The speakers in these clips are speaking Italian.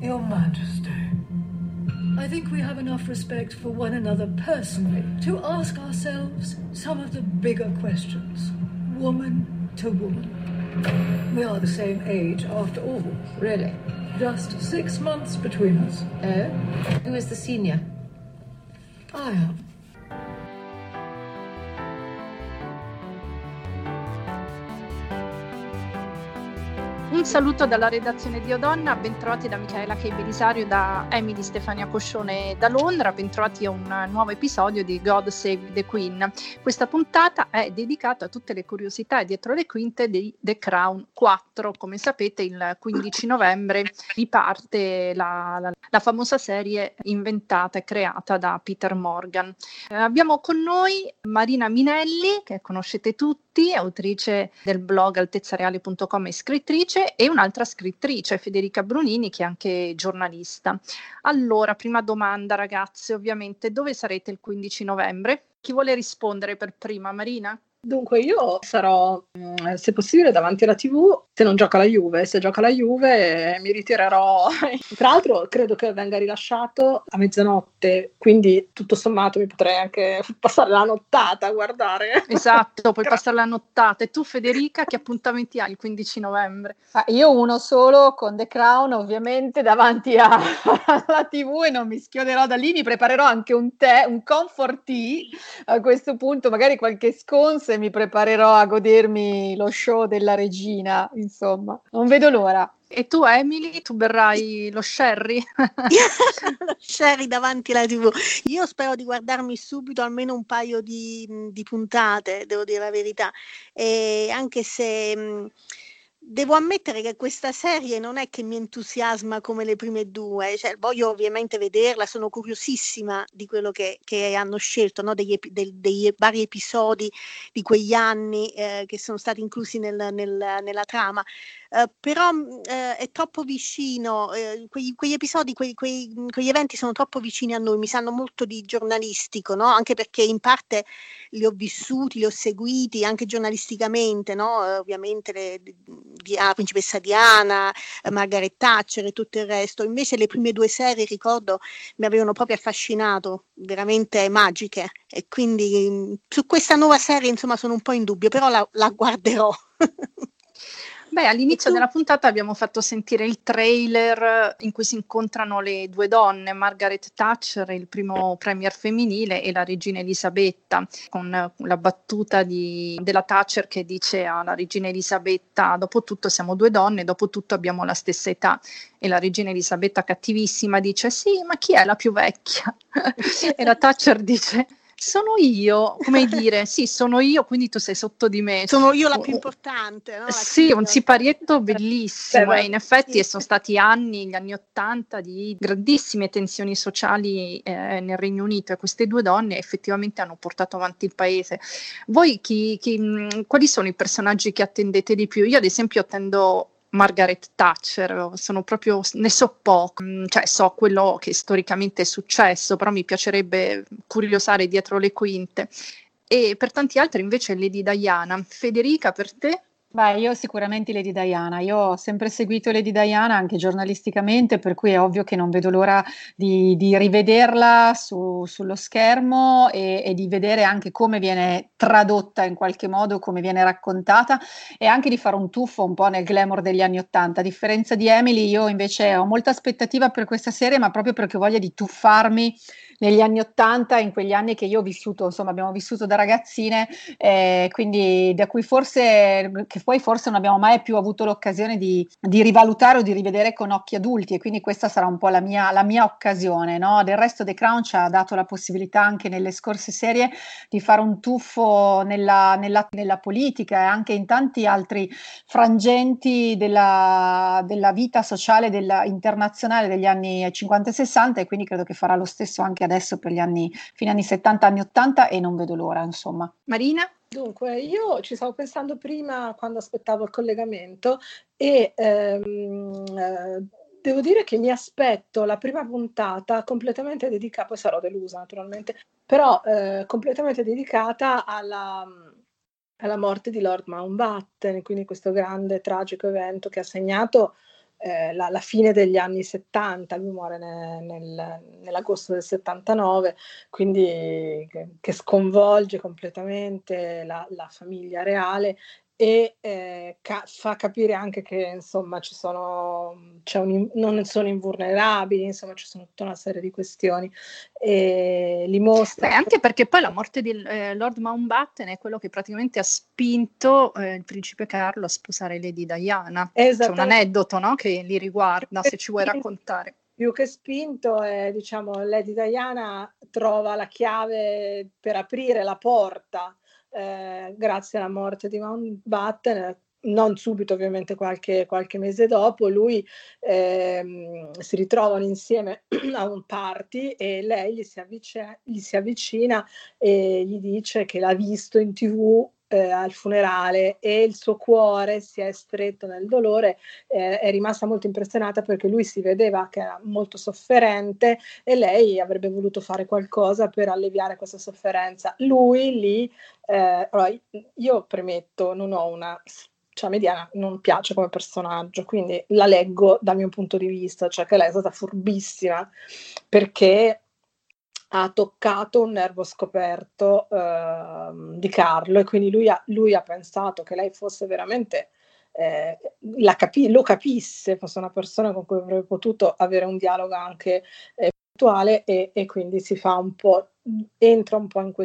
Your Majesty, I think we have enough respect for one another personally to ask ourselves some of the bigger questions, woman to woman. We are the same age after all. Really? Just 6 months between us. Oh? Who is the senior? I am. Un saluto dalla redazione di Odonna, bentrovati da Michaela Kei Belisario, da Emily Stefania Coscione da Londra, bentrovati a un nuovo episodio di God Save the Queen. Questa puntata è dedicata a tutte le curiosità dietro le quinte di The Crown 4. Come sapete, il 15 novembre riparte la famosa serie inventata e creata da Peter Morgan. Abbiamo con noi Marina Minelli, che conoscete tutti, autrice del blog altezzareale.com e scrittrice, e un'altra scrittrice, Federica Brunini, che è anche giornalista. Allora, prima domanda, ragazze, ovviamente, dove sarete il 15 novembre? Chi vuole rispondere per prima, Marina? Dunque io sarò, se possibile, davanti alla TV, se non gioca la Juve. Se gioca la Juve mi ritirerò. Tra l'altro credo che venga rilasciato a mezzanotte, quindi tutto sommato mi potrei anche passare la nottata a guardare. Esatto, puoi passare la nottata. E tu, Federica, che appuntamenti hai il 15 novembre? Io uno solo, con The Crown, ovviamente, davanti alla TV, e non mi schioderò da lì. Mi preparerò anche un tè, un comfort tea a questo punto, magari qualche scones, e mi preparerò a godermi lo show della regina, insomma. Non vedo l'ora. E tu, Emily, tu berrai lo sherry? Lo sherry davanti alla TV. Io spero di guardarmi subito almeno un paio di puntate, devo dire la verità, e anche se devo ammettere che questa serie non è che mi entusiasma come le prime due, cioè, voglio ovviamente vederla, sono curiosissima di quello che hanno scelto, no? dei vari episodi di quegli anni che sono stati inclusi nella trama. Però è troppo vicino, quegli episodi, quegli eventi sono troppo vicini a noi, mi sanno molto di giornalistico, no? Anche perché in parte li ho vissuti, li ho seguiti anche giornalisticamente, no? Ovviamente Principessa Diana, Margaret Thatcher e tutto il resto. Invece le prime due serie, ricordo, mi avevano proprio affascinato, veramente magiche, e quindi su questa nuova serie insomma sono un po' in dubbio, però la guarderò. Beh, all'inizio della puntata abbiamo fatto sentire il trailer in cui si incontrano le due donne, Margaret Thatcher, il primo premier femminile, e la regina Elisabetta, con la battuta della Thatcher che dice alla regina Elisabetta: dopo tutto siamo due donne, dopo tutto abbiamo la stessa età. E la regina Elisabetta, cattivissima, dice: sì, ma chi è la più vecchia? E la Thatcher dice: sono io, come dire, sì, sono io, quindi tu sei sotto di me. Sono io la più importante, no? Sì, un siparietto bellissimo. Beh, e in effetti sì. sono stati anni, gli anni '80, di grandissime tensioni sociali nel Regno Unito, e queste due donne effettivamente hanno portato avanti il paese. Voi quali sono i personaggi che attendete di più? Io ad esempio attendo Margaret Thatcher, ne so poco, cioè so quello che storicamente è successo, però mi piacerebbe curiosare dietro le quinte. E per tanti altri invece Lady Diana. Federica, per te? Beh, io sicuramente Lady Diana. Io ho sempre seguito Lady Diana anche giornalisticamente, per cui è ovvio che non vedo l'ora di rivederla sullo schermo e di vedere anche come viene tradotta in qualche modo, come viene raccontata, e anche di fare un tuffo un po' nel glamour degli anni '80. A differenza di Emily, io invece ho molta aspettativa per questa serie, ma proprio perché ho voglia di tuffarmi negli anni '80, in quegli anni che io ho vissuto, insomma abbiamo vissuto da ragazzine, quindi da cui che poi forse non abbiamo mai più avuto l'occasione di rivalutare o di rivedere con occhi adulti, e quindi questa sarà un po' la mia occasione, no? Del resto The Crown ci ha dato la possibilità anche nelle scorse serie di fare un tuffo nella politica e anche in tanti altri frangenti della vita sociale internazionale degli anni 50 e 60, e quindi credo che farà lo stesso anche adesso per fine anni 70, anni 80, e non vedo l'ora, insomma. Marina? Dunque, io ci stavo pensando prima quando aspettavo il collegamento, e devo dire che mi aspetto la prima puntata completamente dedicata, poi sarò delusa naturalmente, però completamente dedicata alla morte di Lord Mountbatten, quindi questo grande tragico evento che ha segnato la fine degli anni 70, lui muore nell'agosto del 79, quindi che sconvolge completamente la famiglia reale e fa capire anche che insomma non sono invulnerabili, insomma ci sono tutta una serie di questioni e li mostra. Anche perché poi la morte di Lord Mountbatten è quello che praticamente ha spinto il principe Carlo a sposare Lady Diana. C'è un aneddoto, no, che li riguarda, se ci vuoi raccontare. Più che spinto, diciamo, Lady Diana trova la chiave per aprire la porta grazie alla morte di Mountbatten, non subito, ovviamente qualche mese dopo. Lui si ritrovano insieme a un party e lei gli si avvicina e gli dice che l'ha visto in TV al funerale e il suo cuore si è stretto nel dolore, è rimasta molto impressionata perché lui si vedeva che era molto sofferente e lei avrebbe voluto fare qualcosa per alleviare questa sofferenza. Lui lì, allora, io premetto, non ho una... Cioè, Diana non piace come personaggio, quindi la leggo dal mio punto di vista, cioè che lei è stata furbissima perché ha toccato un nervo scoperto di Carlo e quindi lui ha pensato che lei fosse veramente lo capisse, fosse una persona con cui avrebbe potuto avere un dialogo anche virtuale e quindi si fa un po', entra un po' in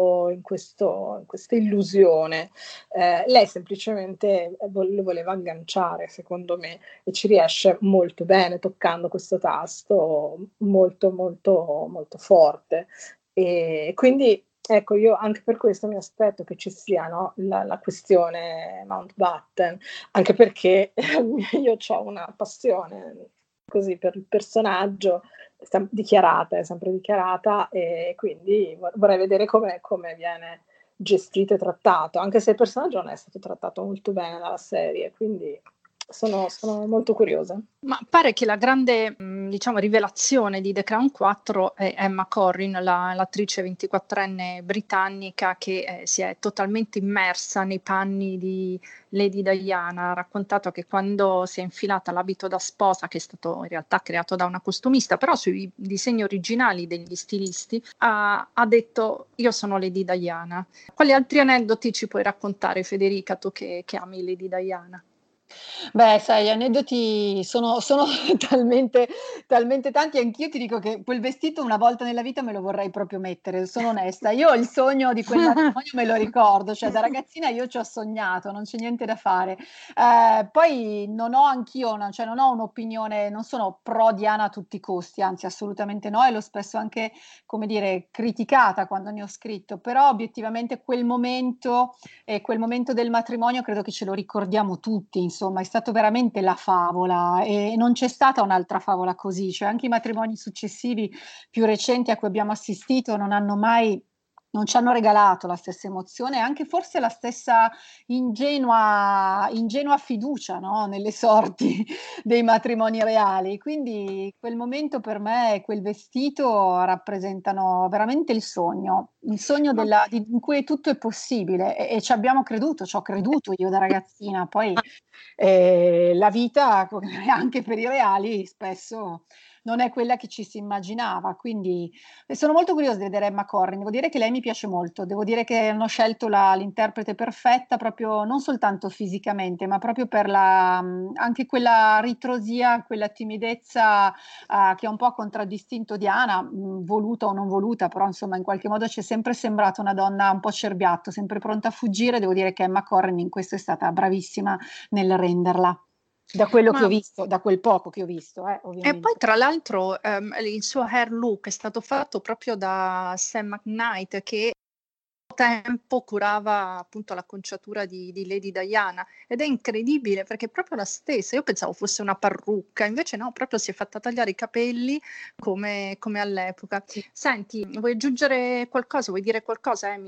questa illusione. Lei semplicemente lo voleva agganciare, secondo me, e ci riesce molto bene toccando questo tasto molto molto molto forte. E quindi ecco, io anche per questo mi aspetto che ci sia, no, la questione Mountbatten, anche perché io ho una passione così per il personaggio, è sempre dichiarata e quindi vorrei vedere come viene gestito e trattato, anche se il personaggio non è stato trattato molto bene dalla serie, quindi sono molto curiosa. Ma pare che la grande, diciamo, rivelazione di The Crown 4 è Emma Corrin, l'attrice 24enne britannica che si è totalmente immersa nei panni di Lady Diana. Ha raccontato che quando si è infilata l'abito da sposa, che è stato in realtà creato da una costumista, però sui disegni originali degli stilisti, ha detto: io sono Lady Diana. Quali altri aneddoti ci puoi raccontare, Federica, tu che ami Lady Diana? Beh, sai, gli aneddoti sono talmente tanti, anch'io ti dico che quel vestito una volta nella vita me lo vorrei proprio mettere, sono onesta. Io il sogno di quel matrimonio me lo ricordo, cioè da ragazzina io ci ho sognato, non c'è niente da fare. Poi non ho anch'io, cioè non ho un'opinione, non sono pro Diana a tutti i costi, anzi assolutamente no, e l'ho spesso anche, come dire, criticata quando ne ho scritto, però obiettivamente quel momento del matrimonio credo che ce lo ricordiamo tutti, insomma, è stato veramente la favola e non c'è stata un'altra favola così, cioè anche i matrimoni successivi più recenti a cui abbiamo assistito non ci hanno regalato la stessa emozione e anche forse la stessa ingenua fiducia, no? Nelle sorti dei matrimoni reali. Quindi quel momento per me e quel vestito rappresentano veramente il sogno in cui tutto è possibile e ci abbiamo creduto, ci ho creduto io da ragazzina. Poi la vita, anche per i reali, spesso non è quella che ci si immaginava, quindi sono molto curiosa di vedere Emma Corrin, devo dire che lei mi piace molto, devo dire che hanno scelto l'interprete perfetta proprio non soltanto fisicamente, ma proprio per anche quella ritrosia, quella timidezza che un po' ha contraddistinto Diana, voluta o non voluta, però insomma in qualche modo ci è sempre sembrata una donna un po' cerbiatto, sempre pronta a fuggire. Devo dire che Emma Corrin in questo è stata bravissima nel renderla. Da quello che ho visto, da quel poco che ho visto, ovviamente. E poi tra l'altro il suo hair look è stato fatto proprio da Sam McKnight, che tempo curava appunto l'acconciatura di Lady Diana ed è incredibile perché è proprio la stessa. Io pensavo fosse una parrucca, invece no, proprio si è fatta tagliare i capelli come all'epoca. Senti, vuoi aggiungere qualcosa? Vuoi dire qualcosa, Emily?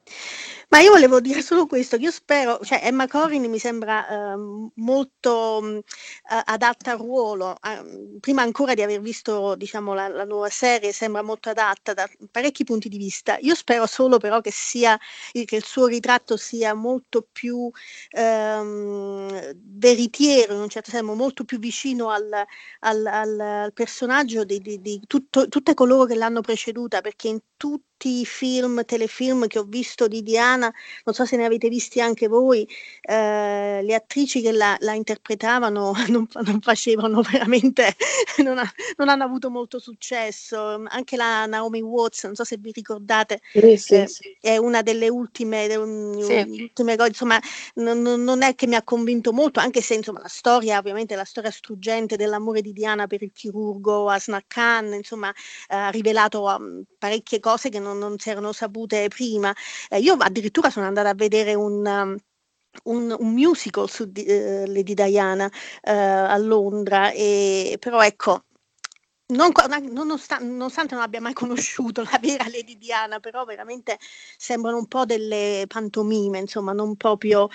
Ma io volevo dire solo questo, che io spero, cioè Emma Corrin mi sembra molto adatta al ruolo, prima ancora di aver visto, diciamo, la nuova serie, sembra molto adatta da parecchi punti di vista. Io spero solo però che il suo ritratto sia molto più veritiero, in un certo senso, molto più vicino al personaggio di tutte coloro che l'hanno preceduta, perché in tutti i film, telefilm che ho visto di Diana, non so se ne avete visti anche voi, le attrici che la interpretavano non facevano veramente, non hanno avuto molto successo. Anche la Naomi Watts, non so se vi ricordate, Sì. è una delle ultime cose, insomma, non è che mi ha convinto molto, anche se insomma la storia, ovviamente la storia struggente dell'amore di Diana per il chirurgo Asnar Khan, insomma, ha rivelato parecchie cose che non si erano sapute prima. Io addirittura sono andata a vedere un musical su Lady Diana a Londra, però ecco, nonostante non abbia mai conosciuto la vera Lady Diana, però veramente sembrano un po' delle pantomime, insomma, non proprio...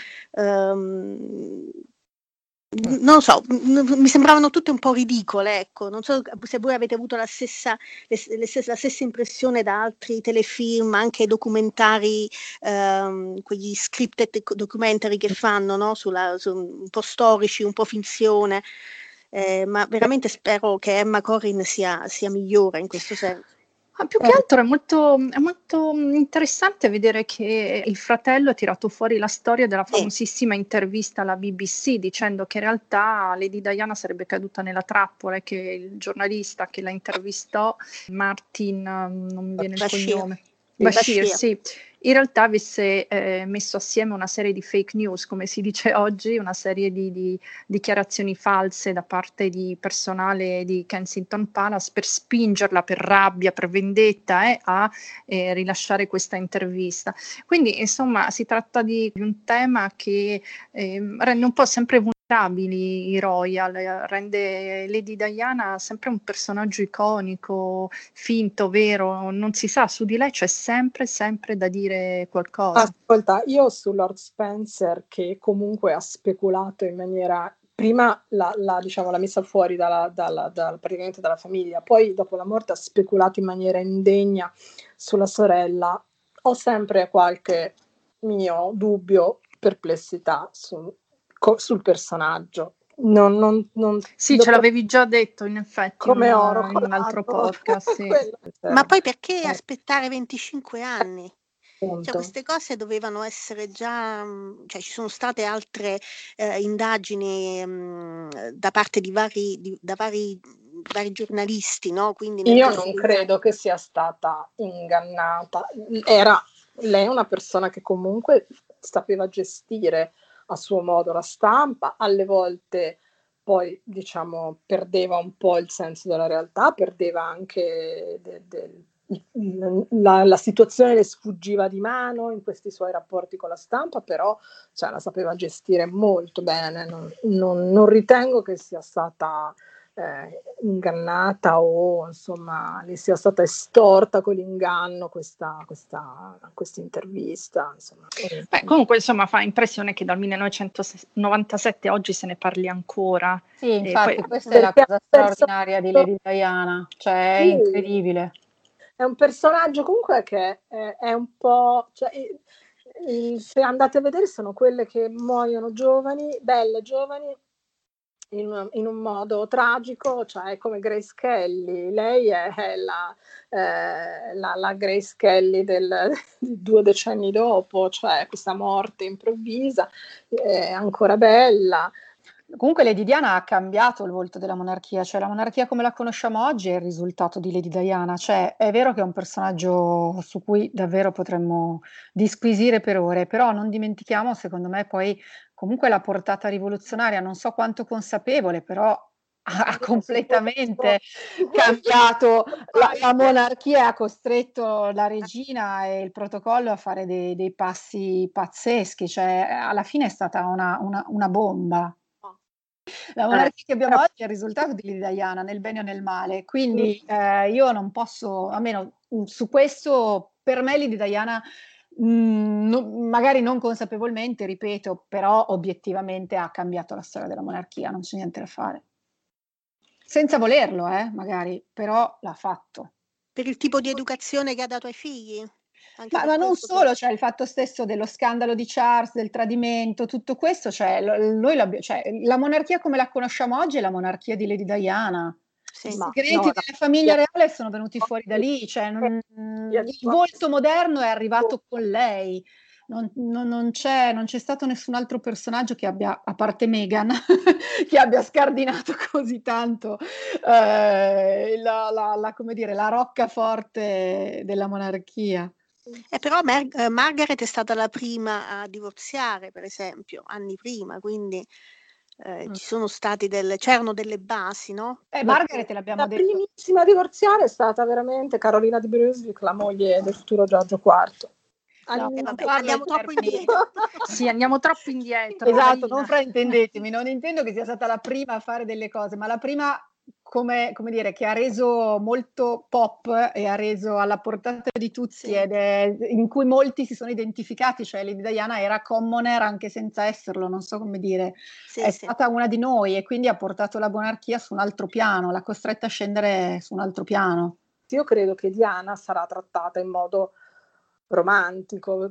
non so, mi sembravano tutte un po' ridicole, ecco. Non so se voi avete avuto la stessa impressione da altri telefilm, anche documentari, quegli scripted documentary che fanno, no? Un po' storici, un po' finzione, ma veramente spero che Emma Corrin sia migliore in questo senso. Più che altro è molto interessante vedere che il fratello ha tirato fuori la storia della famosissima intervista alla BBC, dicendo che in realtà Lady Diana sarebbe caduta nella trappola e che il giornalista che la intervistò, Martin, non mi viene il cognome, Bashir, sì, in realtà avesse messo assieme una serie di fake news, come si dice oggi, una serie di dichiarazioni false da parte di personale di Kensington Palace per spingerla per rabbia, per vendetta, a rilasciare questa intervista. Quindi insomma si tratta di un tema che rende un po' sempre vulnerabili i royal, rende Lady Diana sempre un personaggio iconico, finto, vero, non si sa, su di lei c'è sempre da dire qualcosa. Ascolta, io su Lord Spencer, che comunque ha speculato in maniera, prima diciamo, l'ha messa fuori praticamente dalla famiglia, poi dopo la morte ha speculato in maniera indegna sulla sorella, ho sempre qualche mio dubbio, perplessità sul personaggio. Sì, ce l'avevi già detto in effetti come in un altro podcast. Sì. Ma poi perché aspettare 25 anni? Cioè, queste cose dovevano essere già, cioè ci sono state altre indagini da parte di vari giornalisti, no? Quindi io non credo che sia stata ingannata. Lei è una persona che comunque sapeva gestire a suo modo la stampa, alle volte poi diciamo perdeva un po' il senso della realtà, perdeva anche la situazione le sfuggiva di mano in questi suoi rapporti con la stampa, però cioè, la sapeva gestire molto bene, non ritengo che sia stata ingannata o insomma le sia stata estorta con l'inganno questa intervista, insomma. Beh, comunque insomma fa impressione che dal 1997 oggi se ne parli ancora. Sì, infatti questa è la cosa straordinaria di Lady Diana, cioè è incredibile. È un personaggio comunque che è un po', cioè, se andate a vedere sono quelle che muoiono giovani, belle giovani, in un modo tragico, cioè come Grace Kelly. Lei è la Grace Kelly di 2 decenni dopo, cioè questa morte improvvisa, è ancora bella. Comunque Lady Diana ha cambiato il volto della monarchia, cioè la monarchia come la conosciamo oggi è il risultato di Lady Diana, cioè è vero che è un personaggio su cui davvero potremmo disquisire per ore, però non dimentichiamo, secondo me, poi comunque la portata rivoluzionaria, non so quanto consapevole, però ha completamente cambiato la monarchia e ha costretto la regina e il protocollo a fare dei passi pazzeschi, cioè alla fine è stata una bomba. La monarchia che abbiamo oggi è il risultato di Lady Diana, nel bene o nel male, quindi io non posso, almeno su questo, per me Lady Diana magari non consapevolmente, ripeto, però obiettivamente ha cambiato la storia della monarchia, non c'è niente da fare. Senza volerlo, magari, però l'ha fatto. Per il tipo di educazione che ha dato ai figli? Ma non solo, cioè il fatto stesso dello scandalo di Charles, del tradimento, tutto questo, cioè, la monarchia come la conosciamo oggi è la monarchia di Lady Diana. Sì. I segreti della famiglia reale sono venuti fuori da lì, cioè il volto moderno è arrivato con lei. Non c'è stato nessun altro personaggio che abbia, a parte Meghan, che abbia scardinato così tanto come dire, la roccaforte della monarchia. Però Margaret è stata la prima a divorziare, per esempio, anni prima, quindi ci sono stati c'erano delle basi, no? Margaret l'abbiamo detto. La primissima a divorziare è stata veramente Carolina di Brunswick, la moglie del futuro Giorgio IV. Andiamo troppo indietro. Sì, andiamo troppo indietro. Esatto, non fraintendetemi, non intendo che sia stata la prima a fare delle cose, ma la prima come dire, che ha reso molto pop e ha reso alla portata di tutti, sì. Ed è in cui molti si sono identificati, cioè Lady Diana era commoner anche senza esserlo, non so come dire, sì, è stata una di noi e quindi ha portato la monarchia su un altro piano, l'ha costretta a scendere su un altro piano. Io credo che Diana sarà trattata in modo romantico,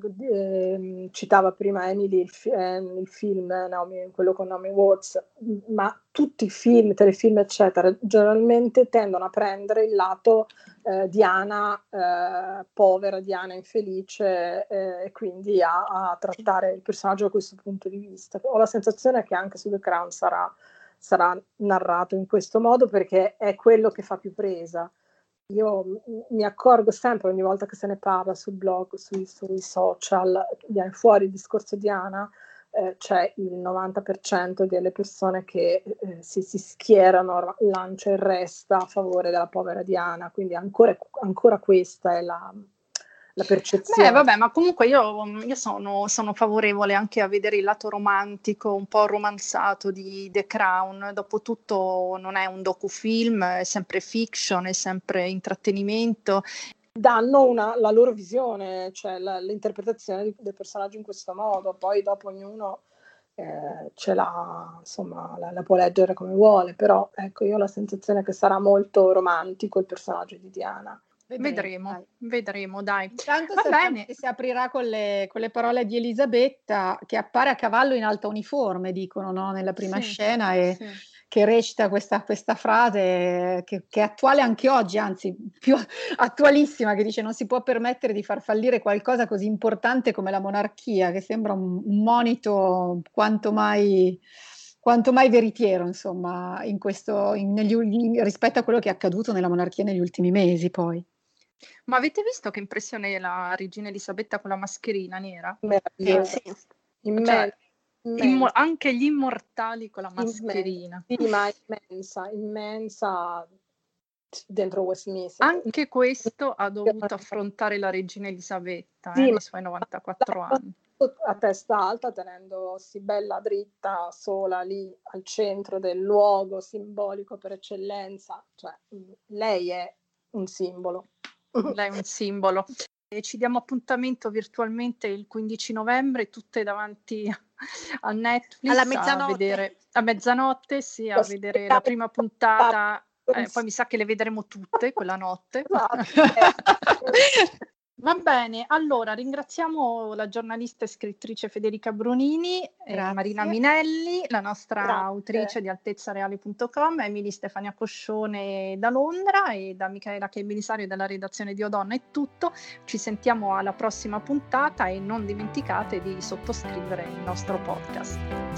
citava prima Emily il film Naomi, quello con Naomi Watts, ma tutti i film, telefilm eccetera generalmente tendono a prendere il lato Diana povera, Diana infelice e quindi a trattare il personaggio da questo punto di vista. Ho la sensazione che anche su The Crown sarà narrato in questo modo perché è quello che fa più presa. Io mi accorgo sempre ogni volta che se ne parla sul blog, sui social, viene fuori il discorso Diana, c'è il 90% delle persone che si schierano, lancia e resta a favore della povera Diana, quindi ancora questa è la percezione. Vabbè, ma comunque io sono favorevole anche a vedere il lato romantico, un po' romanzato di The Crown. Dopotutto non è un docufilm, è sempre fiction, è sempre intrattenimento. Danno la loro visione, cioè l'interpretazione del personaggio in questo modo, poi dopo ognuno ce l'ha, insomma, la può leggere come vuole, però ecco, io ho la sensazione che sarà molto romantico il personaggio di Diana. Vedremo, dai. Intanto sappiamo che si aprirà con le parole di Elisabetta, che appare a cavallo in alta uniforme, dicono, no? Nella prima scena, e che recita questa frase che è attuale anche oggi, anzi più attualissima, che dice: non si può permettere di far fallire qualcosa così importante come la monarchia, che sembra un monito quanto mai veritiero, insomma, rispetto a quello che è accaduto nella monarchia negli ultimi mesi, poi. Ma avete visto che impressione la regina Elisabetta con la mascherina nera? Meravigliosa. Anche gli immortali con la mascherina. Sì, ma immensa dentro Westminster. Anche questo ha dovuto affrontare la regina Elisabetta nei suoi 94 anni. A testa alta, tenendosi bella dritta, sola lì al centro del luogo simbolico per eccellenza. Cioè, lei è un simbolo. Lei è un simbolo. E ci diamo appuntamento virtualmente il 15 novembre, tutte davanti a Netflix alla mezzanotte. A mezzanotte, sì, a vedere la prima puntata. Poi mi sa che le vedremo tutte quella notte. Va bene, allora ringraziamo la giornalista e scrittrice Federica Brunini, Marina Minelli, la nostra autrice di altezzareale.com, Emily Stefania Coscione da Londra, e da Michaela Che Belisario della redazione di Odonna è tutto. Ci sentiamo alla prossima puntata e non dimenticate di sottoscrivere il nostro podcast.